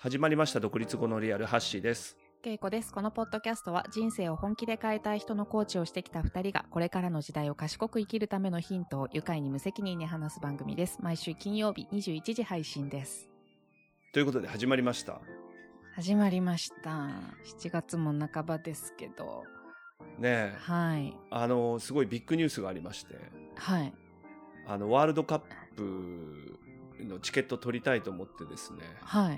始まりました独立後のリアル、ハッシーです。 けいこです。このポッドキャストは人生を本気で変えたい人のコーチをしてきた2人がこれからの時代を賢く生きるためのヒントを愉快に無責任に話す番組です。毎週金曜日21時配信です。 ということで始まりました。 始まりました。7月も半ばですけどねえ、 はい、 すごいビッグニュースがありまして、 はい、 ワールドカップのチケット取りたいと思ってですね、 はい、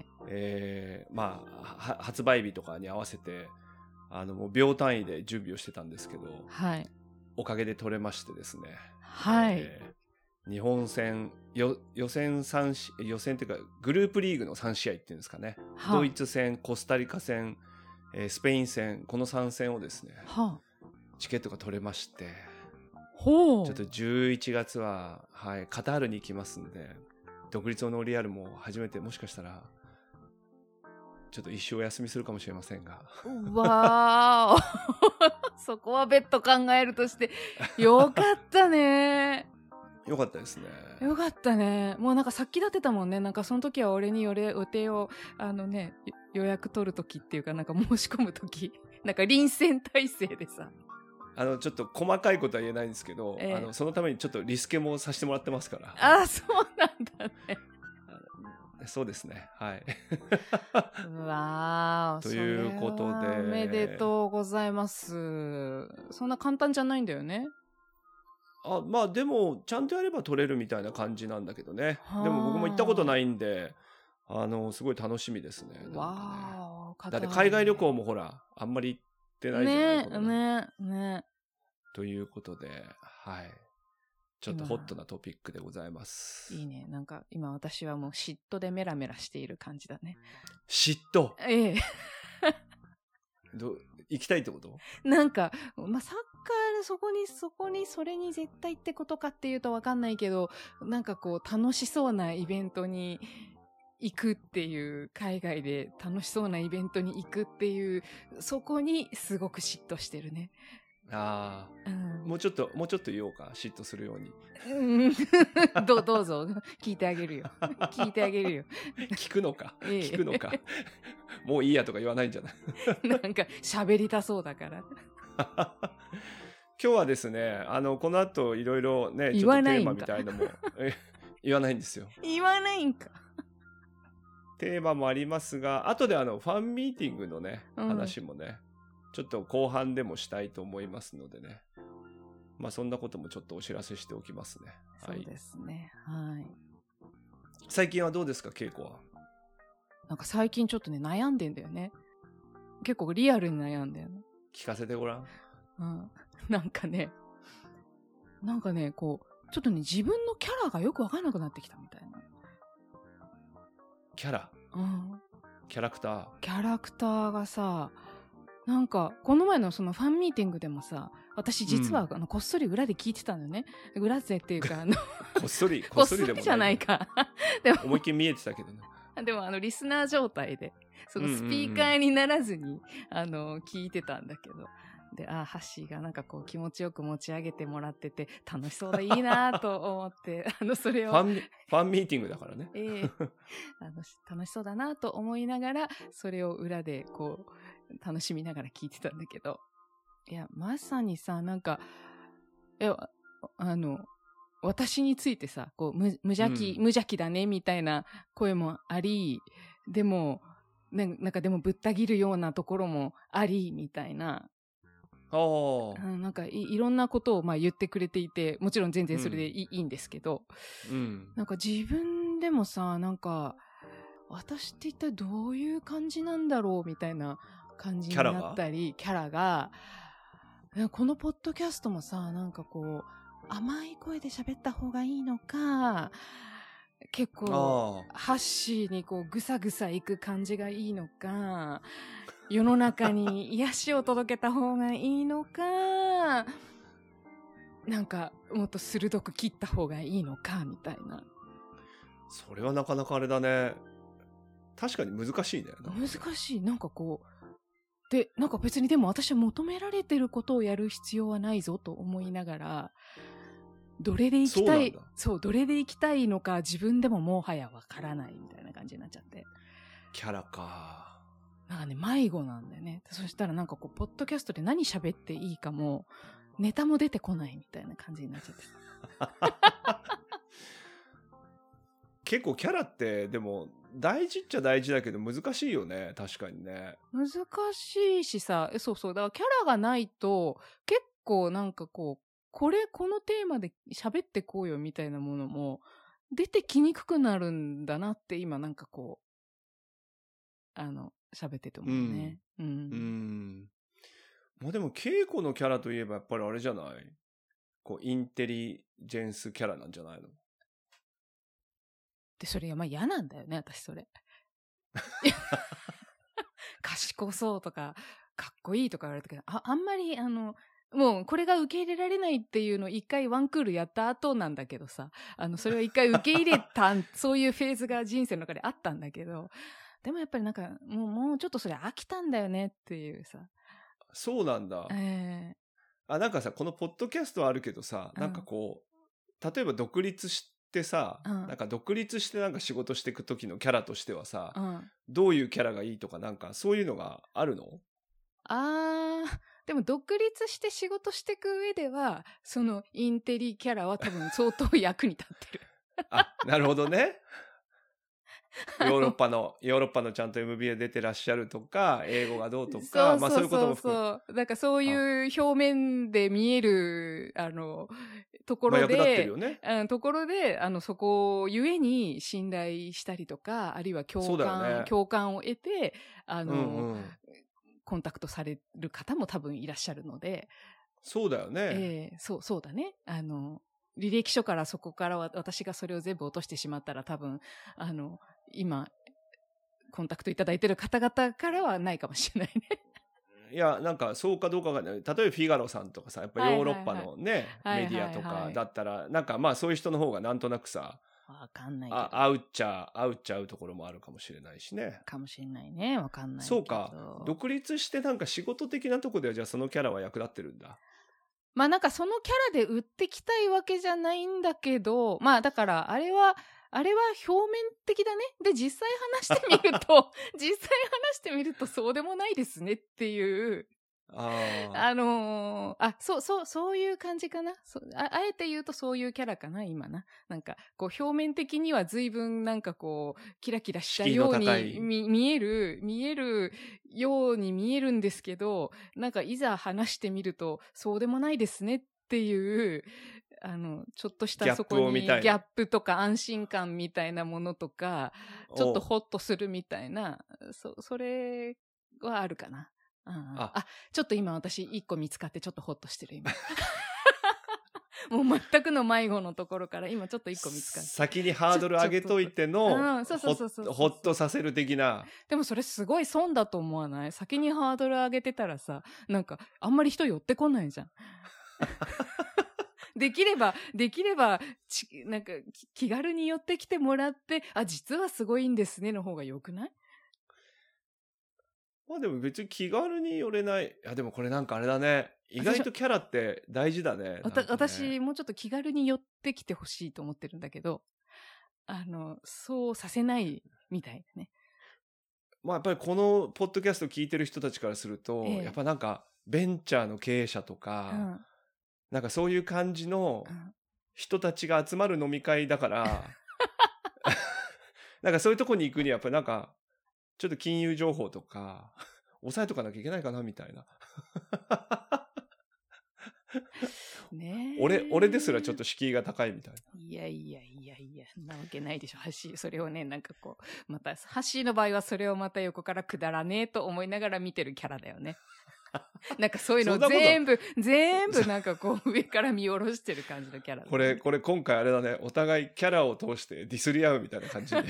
発売日とかに合わせてもう秒単位で準備をしてたんですけど、 はい、 おかげで取れましてですね、 はい、 日本戦予選っていうかグループリーグの3試合っていうんですかね、ドイツ戦、コスタリカ戦、スペイン戦、この3戦をですね、チケットが取れまして、 ほう、 ちょっと11月は、カタールに行きますんで、独立後のリアルも初めて、もしかしたらちょっと一生お休みするかもしれませんが、 わーそこは別途考えるとしてよかったね。 よかったですね。 よかったね。もうなんか先立てたもんね。なんかその時は俺に予定を予約取る時っていうか、なんか申し込む時なんか臨戦態勢でさ、 ちょっと細かいことは言えないんですけど、そのためにちょっとリスケもさせてもらってますから。 あ、そうなんだね。 そうですね、はい。 わー、 ということで、 おめでとうございます。そんな簡単じゃないんだよね。 まあでもちゃんとやれば取れるみたいな感じなんだけどね。でも僕も行ったことないんで、すごい楽しみですね。 わー、 だって海外旅行もほらあんまり行ってないじゃないね。 ということで、はい。ちょっとホットなトピックでございます。 いいね。なんか今私はもう嫉妬でメラメラしている感じだね。 嫉妬？ ええ。 行きたいってこと？ なんか、サッカーでそれに絶対ってことかっていうとわかんないけど、なんかこう楽しそうなイベントに行くっていう、海外で楽しそうなイベントに行くっていう、そこにすごく嫉妬してるね。もうちょっと言おうか、嫉妬するように。 どうぞ聞いてあげるよ。 聞くのか、もういいやとか言わないんじゃないなんか喋りたそうだから今日はですね、この後いろいろね、ちょっとテーマみたいのも言わないんですよ。 言わないんか。 テーマもありますが、後でファンミーティングのね、話もね、ちょっと後半でもしたいと思いますのでね。まあそんなこともちょっとお知らせしておきますね。 そうですね。はい。 最近はどうですか、恵子は。 なんか最近ちょっとね、悩んでんだよね。結構リアルに悩んでんの。 聞かせてごらん。 なんかね、こう、ちょっとね、自分のキャラがよくわかんなくなってきたみたいな。 キャラ？キャラクターがさ、なんか、この前のそのファンミーティングでもさ、私実はこっそり裏で聞いてたんだよね。裏でっていうか、 こっそりでもじゃないか。 でも思いっきり見えてたけどね。 でもリスナー状態で、そのスピーカーにならずに、聞いてたんだけど。で、ハッシーがなんかこう気持ちよく持ち上げてもらってて、楽しそうでいいなと思って、それを。 ファンミーティングだからね。 楽しそうだなと思いながら、それを裏でこう、楽しみながら聞いてたんだけど。いや、まさにさ、なんか、私についてさ、こう無邪気だねみたいな声もあり、でも、なんかでもぶった切るようなところもあり、みたいな。なんかいろんなことを言ってくれていて、もちろん全然それでいいんですけど、なんか自分でもさ、なんか、私って一体どういう感じなんだろうみたいな感じになったり、キャラが、このポッドキャストもさ、なんかこう、甘い声で喋った方がいいのか、結構ハッシーにこうぐさぐさいく感じがいいのか、世の中に癒しを届けた方がいいのか、なんかもっと鋭く切った方がいいのかみたいな。 それはなかなかあれだね。確かに難しいね。 難しい。なんかこうで、なんか別にでも私は求められてることをやる必要はないぞと思いながら、どれで行きたい、どれで行きたいのか自分でももはやわからないみたいな感じになっちゃって。 キャラか。 なんかね、迷子なんだよね。そしたらなんかこう、ポッドキャストで何喋っていいかも、ネタも出てこないみたいな感じになっちゃってさ。 結構キャラってでも大事っちゃ大事だけど難しいよね。確かにね。 難しいしさ、そうそう。だからキャラがないと、結構なんかこう、このテーマで喋ってこうよみたいなものも、出てきにくくなるんだなって今なんかこう、喋ってて思うね。 まあでも稽古のキャラといえばやっぱりあれじゃない？こうインテリジェンスキャラなんじゃないの？ で、それまあ嫌なんだよね、私それ。賢そうとか、かっこいいとか言われたけど、あんまりもうこれが受け入れられないっていうのを一回ワンクールやった後なんだけどさ、それを一回受け入れた、そういうフェーズが人生の中であったんだけど、でもやっぱりなんか、もうちょっとそれ飽きたんだよねっていうさ。 そうなんだ。なんかさ、このポッドキャストはあるけどさ、なんかこう、例えば独立してさ、なんか独立してなんか仕事していく時のキャラとしてはさ、どういうキャラがいいとかなんかそういうのがあるの？ でも独立して仕事していく上では、そのインテリキャラは多分相当役に立ってる。 なるほどね。ヨーロッパのちゃんと MBA 出てらっしゃるとか、英語がどうとか、まあそういうことも含めて。 だからそういう表面で見える、ところで、 役立ってるよね。 ところで、そこゆえに信頼したりとか、あるいは共感を得て、コンタクトされる方も多分いらっしゃるので。 そうだよね。 そうだね。履歴書からそこから私がそれを全部落としてしまったら多分、今、コンタクトいただいてる方々からはないかもしれないね。 いや、なんかそうかどうかが、例えばフィガロさんとかさ、やっぱヨーロッパのね、メディアとかだったら、なんかまあそういう人の方がなんとなくさ、 わかんないけど。 合うところもあるかもしれないしね。 かもしれないね。わかんないけど。 そうか。独立してなんか仕事的なとこではじゃあそのキャラは役立ってるんだ。 まあなんかそのキャラで売ってきたいわけじゃないんだけど、まあだからあれは表面的だね。で、実際話してみるとそうでもないですねっていう。そういう感じかな。あえて言うとそういうキャラかな、今な。なんか、こう表面的には随分なんかこう、キラキラしたように見えるように見えるんですけど、なんかいざ話してみるとそうでもないですねっていう、ちょっとしたそこにギャップとか安心感みたいなものとか、ちょっとホッとするみたいな、それはあるかな。ちょっと今私一個見つかってちょっとホッとしてる今。もう全くの迷子のところから今ちょっと一個見つかって。 先にハードル上げといての、ホッとさせる的な。 でもそれすごい損だと思わない？先にハードル上げてたらさ、なんかあんまり人寄ってこないじゃん。できれば、なんか気軽に寄ってきてもらって、実はすごいんですねの方が良くない？ まあでも別に気軽に寄れない。いやでもこれなんかあれだね。意外とキャラって大事だね。 私もうちょっと気軽に寄ってきてほしいと思ってるんだけど、そうさせないみたいだね。 まあやっぱりこのポッドキャスト聞いてる人たちからすると、やっぱなんかベンチャーの経営者とか、なんかそういう感じの人たちが集まる飲み会だから、なんかそういうとこに行くにはやっぱりなんか、ちょっと金融情報とか、押さえとかなきゃいけないかなみたいな。 ね俺ですらちょっと敷居が高いみたいな。 いや、なわけないでしょ、それをね、なんかこう、また、ハッシーの場合はそれをまた横からくだらねえと思いながら見てるキャラだよね。なんかそういうのを全部なんかこう上から見下ろしてる感じのキャラだね。 これ今回あれだね、お互いキャラを通してディスり合うみたいな感じで。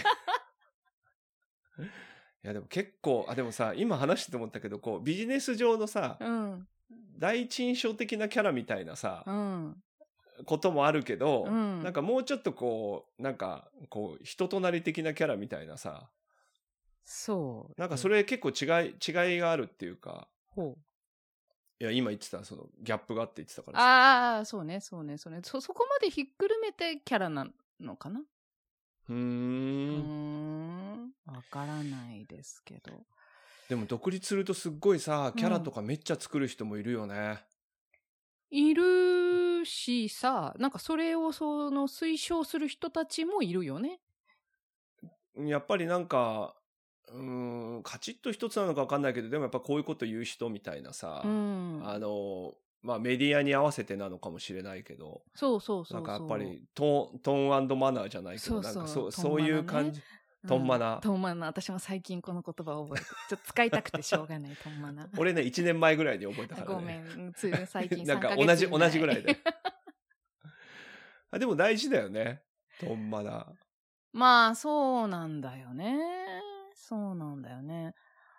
いやでも結構でもさ今話してて思ったけどこうビジネス上のさ、第一印象的なキャラみたいなさ、こともあるけど、なんかもうちょっとこうなんかこう人となり的なキャラみたいなさ、 そうなんかそれ結構違いがあるっていうか、いや今言ってたそのギャップがあって言ってたからさ。そうね。そこまでひっくるめてキャラなのかな。 わからないですけど。 でも独立するとすっごいさ、キャラとかめっちゃ作る人もいるよね。 いるしさ、なんかそれを推奨する人たちもいるよね。 やっぱりなんか、カチッと一つなのか分かんないけど、でもやっぱこういうこと言う人みたいなさ、まあメディアに合わせてなのかもしれないけど、 そうなんかやっぱりトーン&マナーじゃないけど、なんかそういう感じ。トンマナ。 トンマナ。私も最近この言葉を覚えて、ちょっと使いたくてしょうがない、トンマナ。 俺ね、1年前ぐらいに覚えたからね。 ごめん、最近なんか同じぐらいで。でも大事だよね、トンマナ。 まあ、そうなんだよね。そうなんだよね。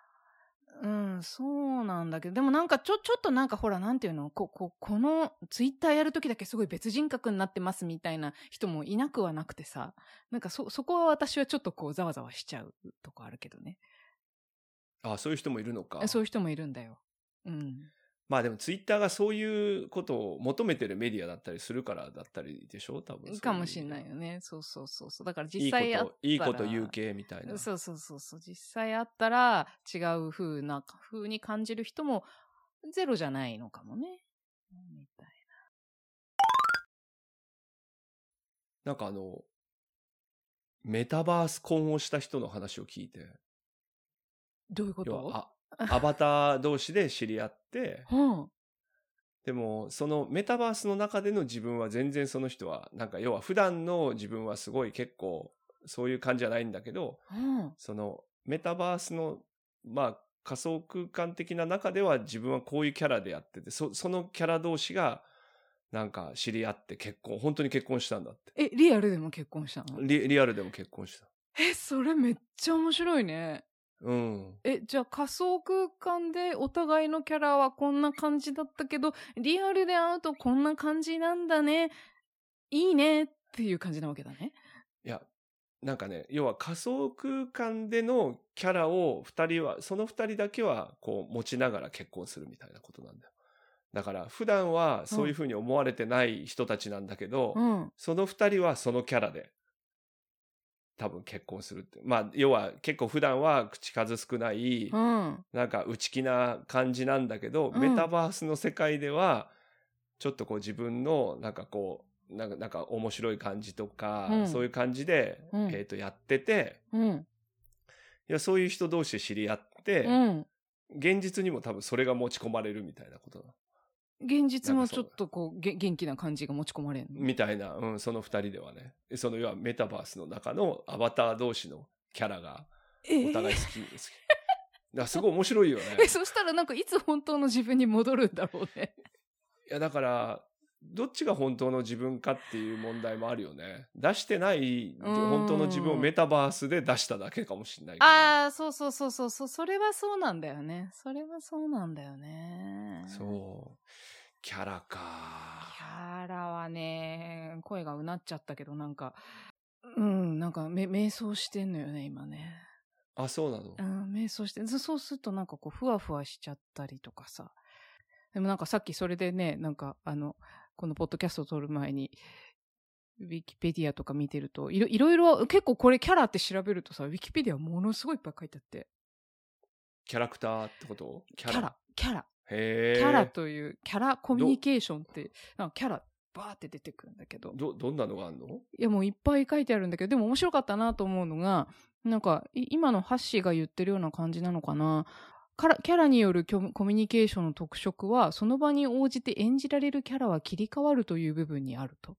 そうなんだけど、でもなんかちょっとなんかほら、なんていうの、このツイッターやるときだけすごい別人格になってますみたいな人もいなくはなくてさ、なんかそこは私はちょっとこうざわざわしちゃうとこあるけどね。 あ、そういう人もいるのか。 そういう人もいるんだよ。 まあでもツイッターがそういうことを求めてるメディアだったりするからだったりでしょ、多分。 かもしれないよね。そう。だから実際あったらいいこと言う系みたいな。 そう。実際あったら違う風に感じる人もゼロじゃないのかもね。みたいな。なんかメタバース婚をした人の話を聞いて。 どういうこと？ アバター同士で知り合って、でもそのメタバースの中での自分は全然その人はなんか要は普段の自分はすごい結構そういう感じじゃないんだけど、そのメタバースのまあ仮想空間的な中では自分はこういうキャラでやってて、そのキャラ同士がなんか知り合って本当に結婚したんだって。 リアルでも結婚したの？ リアルでも結婚した。 それめっちゃ面白いね。じゃあ仮想空間でお互いのキャラはこんな感じだったけど、リアルで会うとこんな感じなんだね。いいねっていう感じなわけだね。 いや、なんかね、要は仮想空間でのキャラをその2人だけはこう持ちながら結婚するみたいなことなんだよ。だから普段はそういうふうに思われてない人たちなんだけど、その2人はそのキャラで多分結婚するって。まあ要は結構普段は口数少ない、なんか内気な感じなんだけど、メタバースの世界ではちょっとこう自分のなんかこうなんか面白い感じとか、そういう感じで、やってて、いやそういう人同士で知り合って、現実にも多分それが持ち込まれるみたいなことだ。 現実もちょっとこう元気な感じが持ち込まれるみたいな、その2人ではね、その要はメタバースの中のアバター同士のキャラがお互い好きだからすごい面白いよね。 そしたらなんかいつ本当の自分に戻るんだろうね。 いやだからどっちが本当の自分かっていう問題もあるよね。出してない本当の自分をメタバースで出しただけかもしれないけど。 そうそれはそうなんだよね。 そうキャラか。 キャラはね、声がうなっちゃったけどなんかなんか瞑想してんのよね今ね。 あ、そうなの？ 瞑想して、そうするとなんかこうふわふわしちゃったりとかさ。でもなんかさっきそれでね、なんかこのポッドキャストを撮る前にウィキペディアとか見てるといろいろ結構これキャラって調べるとさ、ウィキペディアものすごいいっぱい書いてあって。 キャラクターってこと？ キャラ。 へー。 キャラというキャラコミュニケーションってなんかキャラバーって出てくるんだけど。 どんなのがあるの？ いやもういっぱい書いてあるんだけど、でも面白かったなと思うのが、なんか今のハッシーが言ってるような感じなのかな。キャラによるコミュニケーションの特色は、その場に応じて演じられるキャラは切り替わるという部分にあると。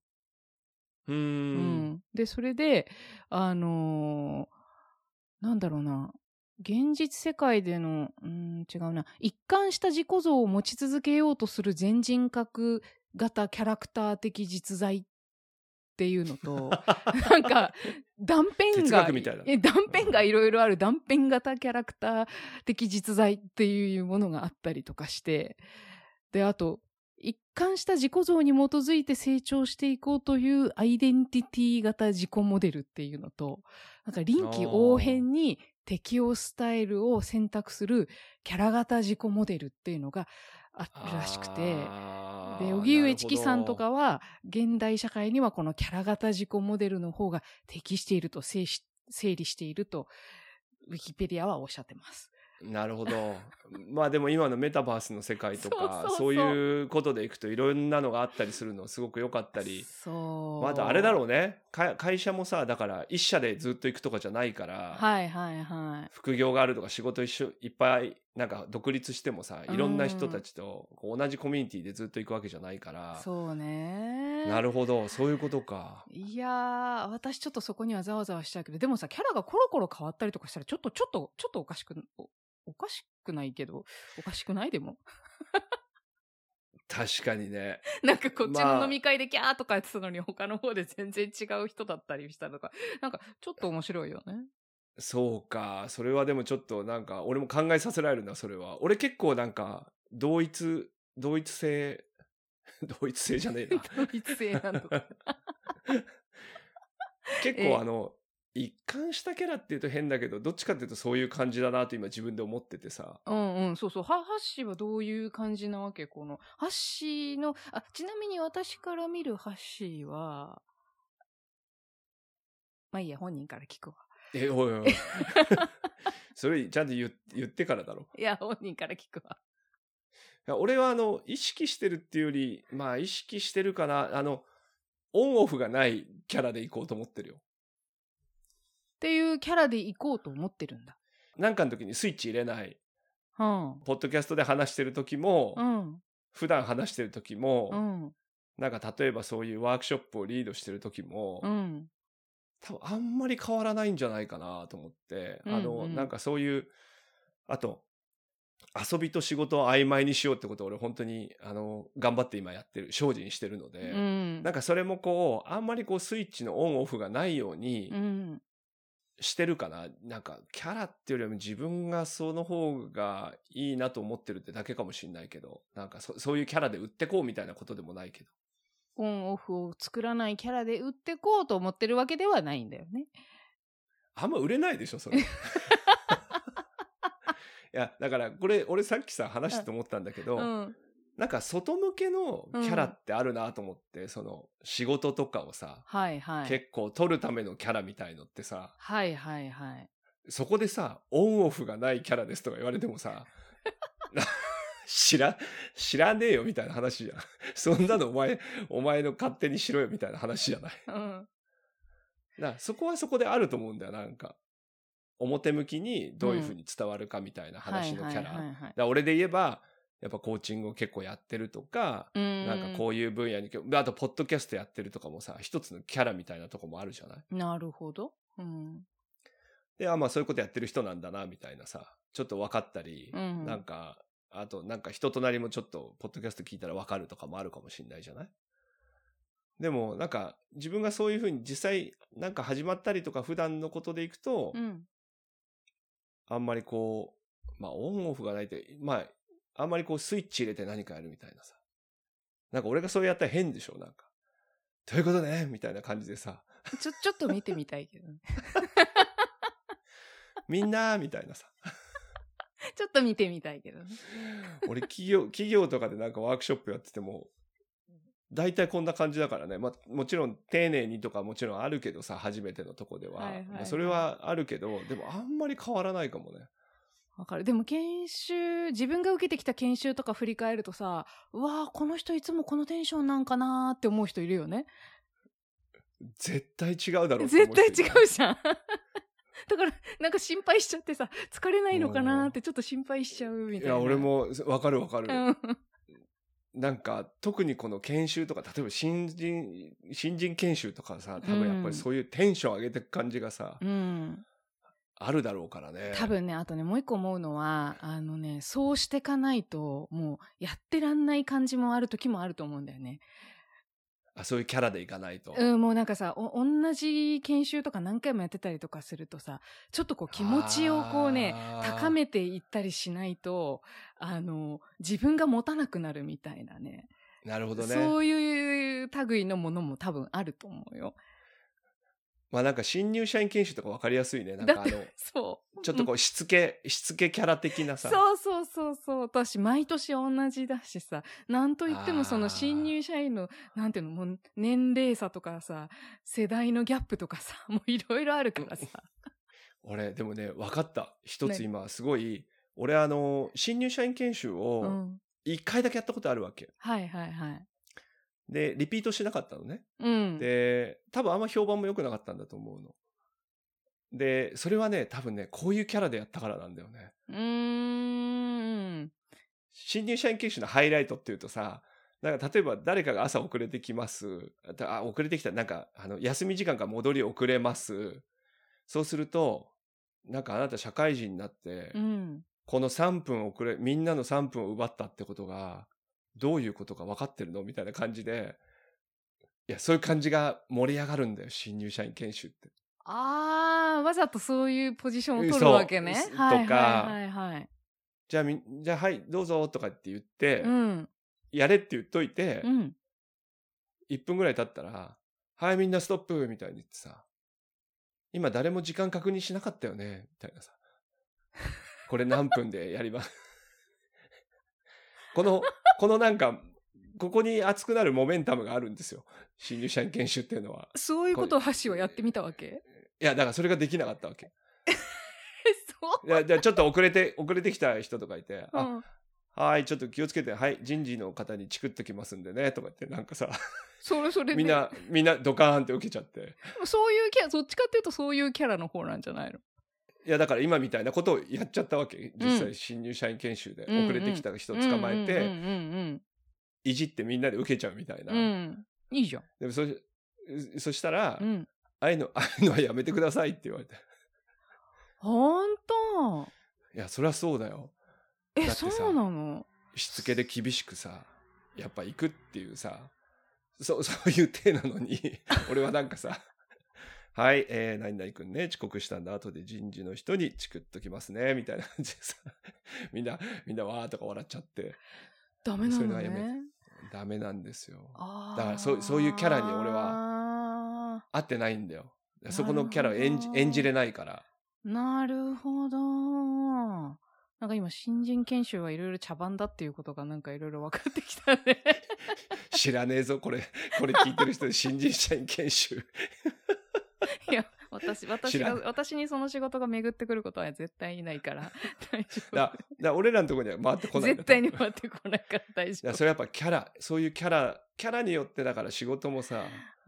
で、それで、なんだろうな。現実世界での、違うな。一貫した自己像を持ち続けようとする全人格型キャラクター的実在っていうのと、なんか、断片がいろいろある断片型キャラクター的実在っていうものがあったりとかして、で、あと、一貫した自己像に基づいて成長していこうというアイデンティティ型自己モデルっていうのと、なんか臨機応変に適応スタイルを選択するキャラ型自己モデルっていうのが、 あるらしくて、で、荻上チキさんとかは、現代社会にはこのキャラ型自己モデルの方が適していると、整理していると、ウィキペディアはおっしゃってます。 なるほど。まあでも今のメタバースの世界とかそういうことでいくといろんなのがあったりするのすごく良かったり、まあ、あとあれだろうね、会社もさだから一社でずっと行くとかじゃないから、 はいはいはい、副業があるとか仕事いっぱいなんか独立してもさいろんな人たちと同じコミュニティでずっと行くわけじゃないから。 そうね。 なるほど、そういうことか。 いやー、私ちょっとそこにはざわざわしちゃうけど、でもさキャラがコロコロ変わったりとかしたらちょっとおかしくないけど、おかしくないでも。 確かにね。 なんかこっちの飲み会でキャーとかやってたのに、他の方で全然違う人だったりしたとか、なんかちょっと面白いよね。 そうか、それはでもちょっとなんか俺も考えさせられるな、それは。俺結構なんか同一性同一性じゃねえな。 同一性なんとか。 結構一貫したキャラっていうと変だけど、どっちかっていうとそういう感じだなと今自分で思っててさ。 うんうん、そうそう。ハッシーはどういう感じなわけ？この、ハッシーの、ちなみに私から見るハッシーは、まあいいや、本人から聞くわ。 おいおい。それちゃんと言ってからだろ。 いや、本人から聞くわ。 俺は意識してるっていうより、まあ意識してるかな、オンオフがないキャラでいこうと思ってるよ。 っていうキャラでいこうと思ってるんだ。 なんかの時にスイッチ入れない。 うん。 ポッドキャストで話してる時も、 うん、 普段話してる時も、 うん、 なんか例えばそういうワークショップをリードしてる時も、 うん、 多分あんまり変わらないんじゃないかなと思って、なんかそういう、あと、遊びと仕事を曖昧にしようってことを俺本当に頑張って今やってる、精進してるので、なんかそれもこうあんまりこうスイッチのオンオフがないようにしてるかな。なんかキャラっていうよりも自分がその方がいいなと思ってるってだけかもしれないけど、なんかそういうキャラで売ってこうみたいなことでもないけど。 オンオフを作らないキャラで売ってこうと思ってるわけではないんだよね。 あんま売れないでしょそれ。いやだからこれ俺さっきさ話して思ったんだけど、なんか外向けのキャラってあるなと思って、その仕事とかをさ、結構取るためのキャラみたいのってさ、そこでさオンオフがないキャラですとか言われてもさ知らねえよみたいな話じゃん。そんなのお前の勝手にしろよみたいな話じゃない。そこはそこであると思うんだよ。なんか表向きにどういうふうに伝わるかみたいな話のキャラ。俺で言えばやっぱコーチングを結構やってるとか、なんかこういう分野にあとポッドキャストやってるとかもさ、一つのキャラみたいなとこもあるじゃない。 なるほど。 でまあそういうことやってる人なんだなみたいなさ、ちょっと分かったり、なんかあとなんか人となりもちょっとポッドキャスト聞いたら分かるとかもあるかもしれないじゃない。でもなんか自分がそういうふうに実際なんか始まったりとか普段のことでいくと、あんまりこうまあオンオフがないってまああんまりこうスイッチ入れて何かやるみたいなさ、なんか俺がそうやったら変でしょ。なんかということねみたいな感じでさちょっと見てみたいけどねみんなみたいなさちょっと見てみたいけどね俺企業とかでなんかワークショップやってても大体こんな感じだからね、まあ、もちろん丁寧にとかもちろんあるけどさ、初めてのとこでは、それはあるけど、でもあんまり変わらないかもね。 わかる。でも自分が受けてきた研修とか振り返るとさ、うわーこの人いつもこのテンションなんかなーって思う人いるよね。 絶対違うだろうって思う人いる。絶対違うじゃんだからなんか心配しちゃってさ、疲れないのかなーってちょっと心配しちゃうみたいな。 いや俺もわかるなんか特にこの研修とか、例えば新人研修とかさ、多分やっぱりそういうテンション上げていく感じがさ、あるだろうからね。 多分ね、あとねもう一個思うのはそうしてかないともうやってらんない感じもある時もあると思うんだよね。 そういうキャラでいかないと。 もうなんかさ、同じ研修とか何回もやってたりとかするとさ、ちょっとこう気持ちをこうね、高めていったりしないと、自分が持たなくなるみたいなね。 なるほどね。 そういう類のものも多分あると思うよ。 まあなんか新入社員研修とか分かりやすいね。なんかそうちょっとこうしつけキャラ的なさ。 そう。私、毎年同じだしさ、なんといってもその新入社員の、なんていうの、もう年齢差とかさ、世代のギャップとかさ、もういろいろあるからさ。 俺、でもね、分かった。一つ今、すごい、俺新入社員研修を1回だけやったことあるわけ。 はいはいはい。 で、リピートしなかったのね。 うん。 で、多分あんま評判も良くなかったんだと思うの。で、それはね、多分ね、こういうキャラでやったからなんだよね。新入社員研修のハイライトっていうとさ、なんか例えば誰かが朝遅れてきます。遅れてきた。なんか、休み時間から戻り遅れます。そうすると、なんかあなた社会人になって、この3分みんなの3分を奪ったってことが、どういうことか分かってるのみたいな感じで、いや、そういう感じが盛り上がるんだよ、新入社員研修って。 わざとそういうポジションを取るわけね。とか、 じゃあはい、どうぞとかって言って、やれって言っといて、1分ぐらい経ったら、はい、みんなストップみたいに言ってさ、今誰も時間確認しなかったよねみたいなさ、これ何分でやります。このなんか、ここに熱くなるモメンタムがあるんですよ。新入社員研修っていうのは。 そういうことをハッシーはやってみたわけ？ いや、だからそれができなかったわけ。 そう。 いや、ちょっと遅れてきた人とかいて、はい、ちょっと気をつけて、はい、人事の方にチクっときますんでね、とか言って、なんかさ、 それみんなドカーンって受けちゃって。 そういうキャラ、そっちかっていうとそういうキャラの方なんじゃないの？ いや、だから今みたいなことをやっちゃったわけ。実際、新入社員研修で遅れてきた人を捕まえて、いじってみんなで受けちゃうみたいな。 いいじゃん。 でもそしたら、ああいうのはやめてくださいって言われて。 ほんと？ いや、そりゃそうだよ。だってさ、 そうなの？ しつけで厳しくさ、やっぱ行くっていうさ、そういう体なのに、俺はなんかさ、はい、何々くんね、遅刻したんだ、後で人事の人にチクっときますね、みたいな感じでさ、みんなわーとか笑っちゃって。 ダメなのね。 ダメなんですよ。だからそういうキャラに俺は合ってないんだよ。そこのキャラを演じれないから。 なるほど。なんか今新人研修はいろいろ茶番だっていうことがなんかいろいろ分かってきたね。 知らねえぞ、これ聞いてる人で新人社員研修。 いや、私にその仕事が巡ってくることは絶対にないから大丈夫。 だ俺らのところには回ってこない。 絶対に回ってこないから大丈夫。 それやっぱキャラ、そういうキャラによってだから仕事もさ。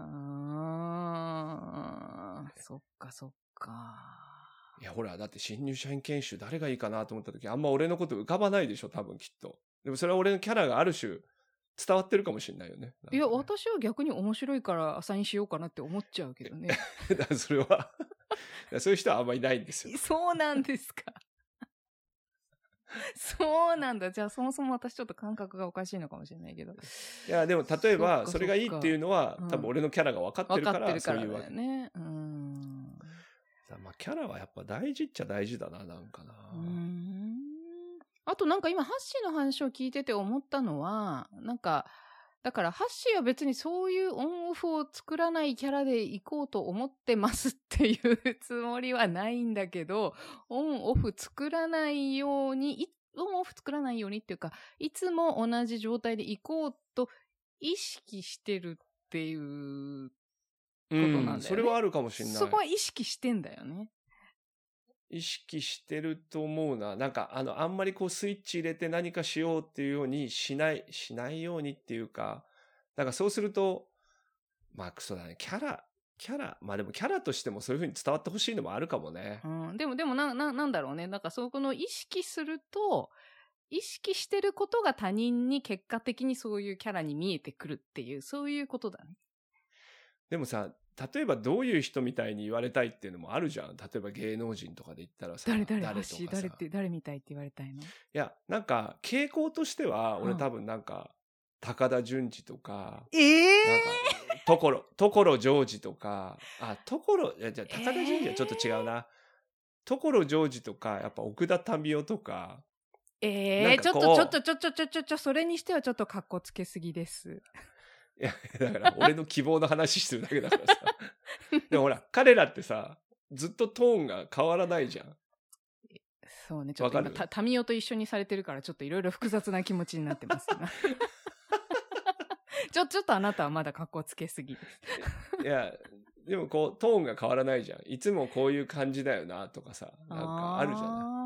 そっか。 いやほら、だって新入社員研修誰がいいかなと思った時あんま俺のこと浮かばないでしょ、多分きっと。でもそれは俺のキャラがある種伝わってるかもしれないよね。 いや、私は逆に面白いからアサインしようかなって思っちゃうけどね。 だからそれはそういう人はあんまりいないんですよ。 そうなんですか。そうなんだ。じゃあそもそも私ちょっと感覚がおかしいのかもしれないけど。 いやでも例えばそれがいいっていうのは多分俺のキャラが分かってるからそういうわけね。 まあキャラはやっぱ大事っちゃ大事だな、なんかな。 あとなんか今ハッシーの話を聞いてて思ったのは、なんかだからハッシーは別にそういうオンオフを作らないキャラでいこうと思ってますっていうつもりはないんだけど、オンオフ作らないようにっていうか、いつも同じ状態でいこうと意識してるっていうことなんだよね。 それはあるかもしれない。 そこは意識してんだよね。 意識してると思うな。なんかあんまりこうスイッチ入れて何かしようっていうようにしないようにっていうか、なんかそうするとまあそうだね、キャラまあでもキャラとしてもそういう風に伝わってほしいのもあるかもね。 でもなんだろうね。なんかそこの意識すると、意識してることが他人に結果的にそういうキャラに見えてくるっていう、そういうことだね。 でもさ、例えばどういう人みたいに言われたいっていうのもあるじゃん。例えば芸能人とかで言ったらさ、 誰みたいって言われたいの？いや、なんか傾向としては俺多分なんか高田純次とか、なんか所ジョージとか、じゃあ高田純次はちょっと違うな。所ジョージとか、やっぱ奥田民生とか。 ちょっと、それにしてはちょっとカッコつけすぎです。 いや、だから俺の希望の話してるだけだからさ。 でもほら、彼らってさ、ずっとトーンが変わらないじゃん。 そうね、ちょっと今、タミオと一緒にされてるから、ちょっといろいろ複雑な気持ちになってますちょっとあなたはまだ格好つけすぎです。 いや、でもこう、トーンが変わらないじゃん。いつもこういう感じだよな、とかさ、なんかあるじゃない。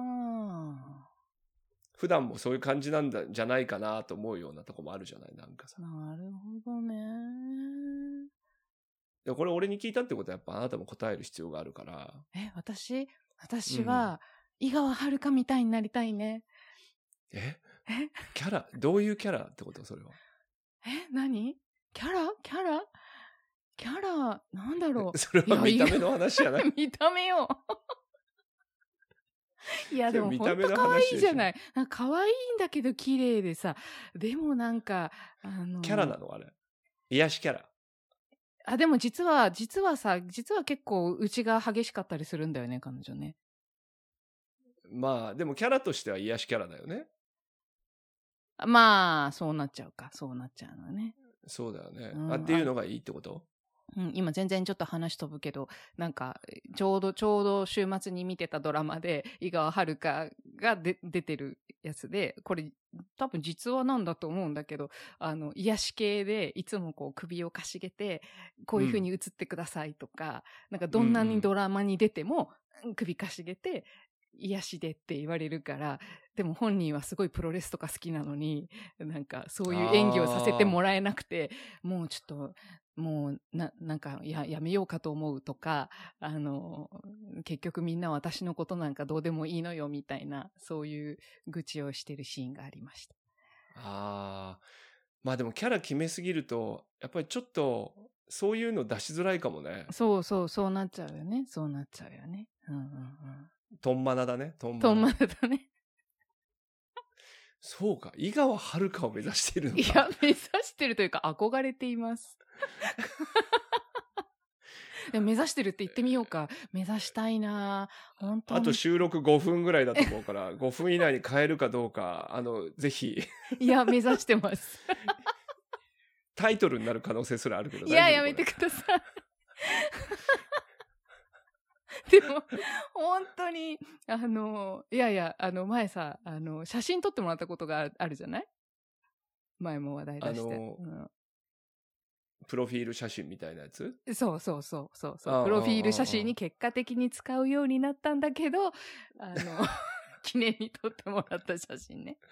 普段もそういう感じなんだじゃないかなと思うようなとこもあるじゃない、なんかさ。 なるほどね。 でこれ俺に聞いたってことはやっぱあなたも答える必要があるから。 私は、井川遥みたいになりたいね。 キャラどういうキャラってことそれは。 何キャラなんだろう。 それは見た目の話じゃない。 見た目よ。いやでも本当可愛いじゃない。なんか可愛いんだけど綺麗でさ、でもなんかキャラなのあれ。癒しキャラ。 でも実は結構内が激しかったりするんだよね、彼女ね。 まあでもキャラとしては癒しキャラだよね。 まあそうなっちゃうのね。 そうだよね。っていうのがいいってこと？ 今全然ちょっと話飛ぶけど、なんかちょうど週末に見てたドラマで井川遥が出てるやつで、これ多分実話なんだと思うんだけど、癒し系でいつもこう首をかしげてこういう風に映ってくださいとか、なんかどんなにドラマに出ても首かしげて癒しでって言われるから、でも本人はすごいプロレスとか好きなのに、なんかそういう演技をさせてもらえなくて、もうちょっともうなんかやめようかと思うとか、結局みんな私のことなんかどうでもいいのよみたいな、そういう愚痴をしてるシーンがありました。 まあでもキャラ決めすぎるとやっぱりちょっとそういうの出しづらいかもね。 そうなっちゃうよね。 トンマナだね。 トンマナだね。 そうか、井川遥を目指しているのか。 いや、目指してるというか憧れています。目指してるって言ってみようか。目指したいな本当に。 あと収録5分ぐらいだと思うから5分以内に変えるかどうかぜひ。 いや目指してます。 タイトルになる可能性すらあるけど。 いややめてください。でも本当に前さ写真撮ってもらったことがあるじゃない？前も話題出して。 プロフィール写真みたいなやつ？ そう。プロフィール写真に結果的に使うようになったんだけど、記念に撮ってもらった写真ね。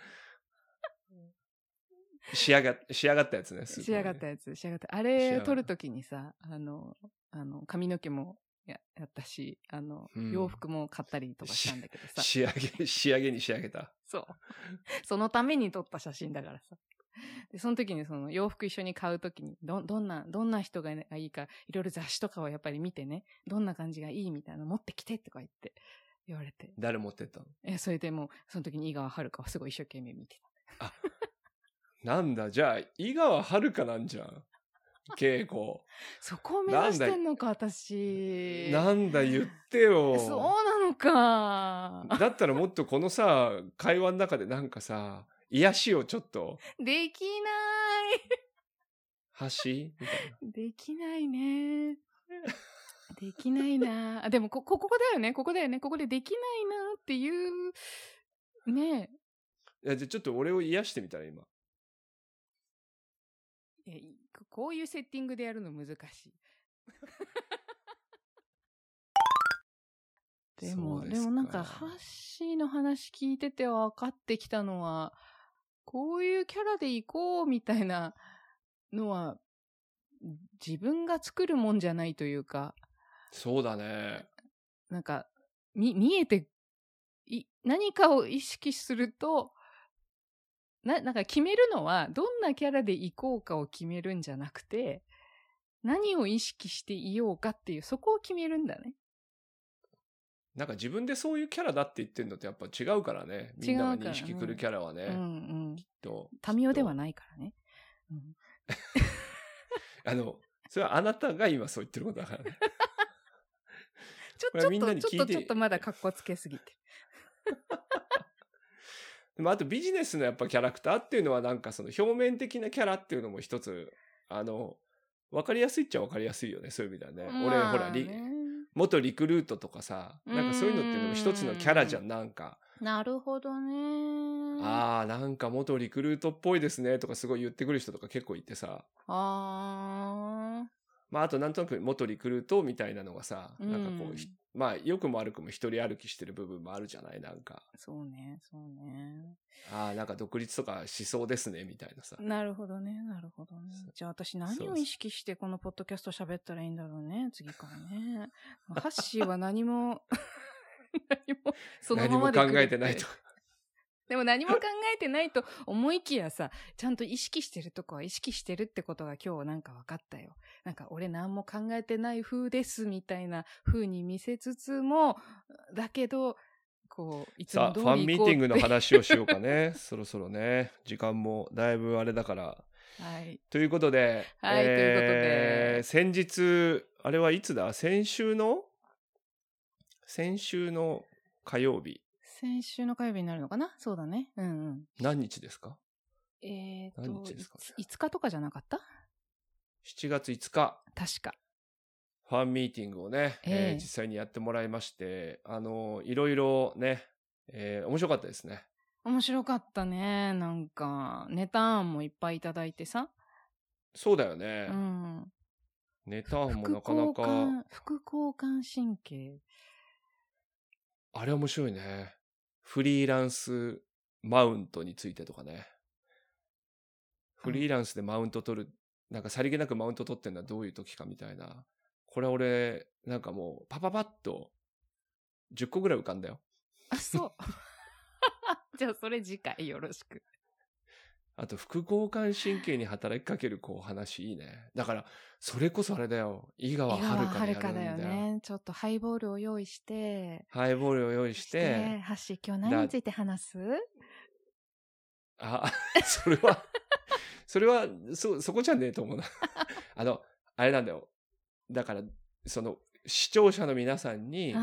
仕上がったやつね。 仕上がったやつ。あれ撮るときにさ、髪の毛もやったし、洋服も買ったりとかしたんだけどさ。 仕上げに仕上げた。 そう。そのために撮った写真だからさ。でその時にその洋服一緒に買う時にどんな人がいいかいろいろ雑誌とかをやっぱり見てね、どんな感じがいいみたいな持ってきてとか言われて。 誰持ってったの？ それでもうその時に井川遥はすごい一生懸命見てた。 なんだじゃあ井川遥なんじゃん。稽古。 そこを目指してんのか私。 なんだ言ってよ。 そうなのか。 だったらもっとこのさ会話の中でなんかさ癒しをちょっと。 できない橋みたいな。 できないね。できないな。でもここだよね。ここでできないなっていうね。 いやじゃあちょっと俺を癒してみたら今。 こういうセッティングでやるの難しい。でもなんかハッシーの話聞いてて分かってきたのは、こういうキャラでいこうみたいなのは自分が作るもんじゃないというか。 そうだね。 なんか見えて何かを意識するとなんか決めるのはどんなキャラでいこうかを決めるんじゃなくて、何を意識していようかっていうそこを決めるんだね。なんか自分でそういうキャラだって言ってるのってやっぱ違うからね。みんなが認識くるキャラはね。きっと。 タミオではないからね。 それはあなたが今そう言ってることだからね。 ちょっとまだカッコつけすぎて。 でもあとビジネスのやっぱキャラクターっていうのはなんかその表面的なキャラっていうのも一つ分かりやすいっちゃ分かりやすいよね、そういう意味ではね。 まあ俺ほらね元リクルートとかさ、なんかそういうのってでも一つのキャラじゃん、なんか。 なるほどね。 なんか元リクルートっぽいですねとかすごい言ってくる人とか結構いてさ。 ああとなんとなく元リクルートみたいなのがさ、なんかこう、まあ良くも悪くも一人歩きしてる部分もあるじゃない、なんか。 そうね。 なんか独立とかしそうですね、みたいなさ。 なるほどね。じゃあ私何を意識してこのポッドキャスト喋ったらいいんだろうね、次からね。ハッシーは何もそのままで何も考えてないと。 でも何も考えてないと思いきやさ、ちゃんと意識してるとこは意識してるってことが今日なんか分かったよ。なんか俺何も考えてない風ですみたいな風に見せつつも、だけど、こう、いつも通り行こうって。 さあ、ファンミーティングの話をしようかね。そろそろね。時間もだいぶあれだから。 はい。 ということで、 ということで。 先日、あれはいつだ？先週の火曜日。 先週の火曜日になるのかな？そうだね。 何日ですか ？5 日日とかじゃなかった？ 7 月5日。 確か。 ファンミーティングをね、実際にやってもらいまして、いろいろね、面白かったですね。 面白かったね。なんか、ネタ案もいっぱいいただいてさ。 そうだよね。ネタ案もなかなか。 副交感神経。 あれ面白いね。フリーランスマウントについてとかね。フリーランスでマウント取る、なんかさりげなくマウント取ってんのはどういう時かみたいな。これ俺、なんかもうパパパッと10個ぐらい浮かんだよ。 あ、そう。じゃあそれ次回よろしく。 あと副交感神経に働きかける話いいね。だからそれこそあれだよ。井川遥でやるんだよ。 だよね。ちょっとハイボールを用意して。 ハッシー今日何について話す？ それはそこじゃねえと思うな。あれなんだよ。だから視聴者の皆さんに、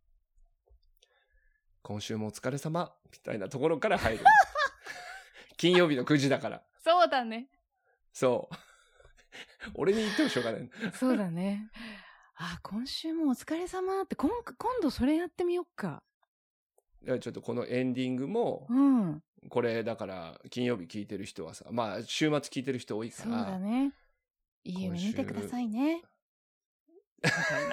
今週もお疲れ様みたいなところから入る。金曜日の9時だから。 そうだね。 そう。俺に言ってもしょうがない。 そうだね。今週もお疲れ様って、今度それやってみよっか。 ちょっとこのエンディングも、これだから金曜日聞いてる人はさ、まあ週末聞いてる人多いから。 そうだね。いい夢見てくださいね。みたいな。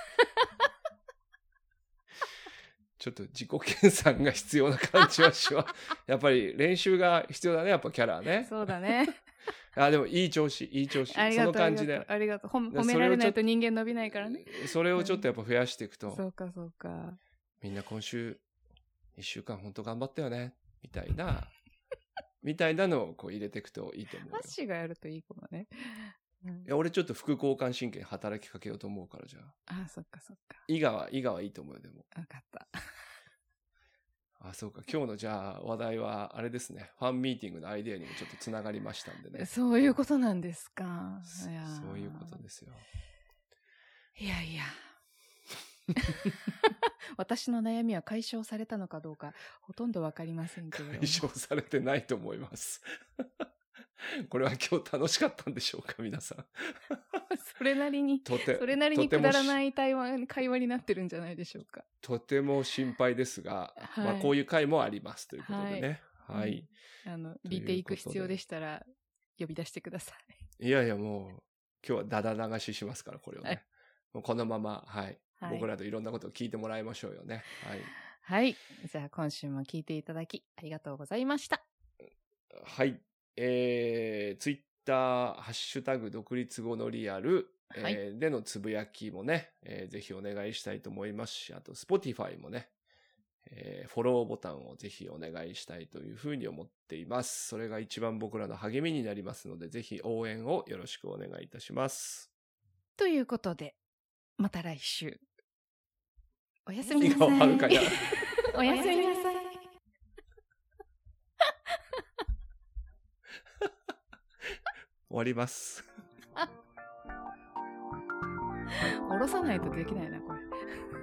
ちょっと自己研鑽が必要な感じはします。やっぱり練習が必要だね、やっぱキャラね。 そうだね。 でもいい調子。その感じで。 ありがとう。褒められないと人間伸びないからね。 それをちょっとやっぱ増やしていくと。 そうか。 みんな今週、1週間本当頑張ったよね。みたいなのをこう入れていくといいと思うよ。 ハッシーがやるといいかもね。 俺ちょっと副交感神経に働きかけようと思うからじゃあ。 そっか。 伊賀いいと思うよ、でも。 わかった。 そうか。今日のじゃあ話題はあれですね。ファンミーティングのアイデアにもちょっとつながりましたんでね。 そういうことなんですか。 そういうことですよ。 いや。私の悩みは解消されたのかどうかほとんどわかりませんけれども。 解消されてないと思います。これは今日楽しかったんでしょうか、皆さん。 それなりにくだらない会話になってるんじゃないでしょうか。 とても心配ですが、こういう会もありますということでね。はい。 リテイク必要でしたら呼び出してください。いや、もう今日はダダ流ししますから、これをね。もうこのまま、僕らといろんなことを聞いてもらいましょうよね。 はい。じゃあ今週も聞いていただきありがとうございました。 はい。ツイッター、ハッシュタグ独立後のリアル、でのつぶやきもね、ぜひお願いしたいと思いますし、あと Spotify もね、フォローボタンをぜひお願いしたいというふうに思っています。それが一番僕らの励みになりますので、ぜひ応援をよろしくお願いいたします。 ということで、また来週。おやすみなさい。おやすみなさい。 終わります。 下ろさないとできないな、これ。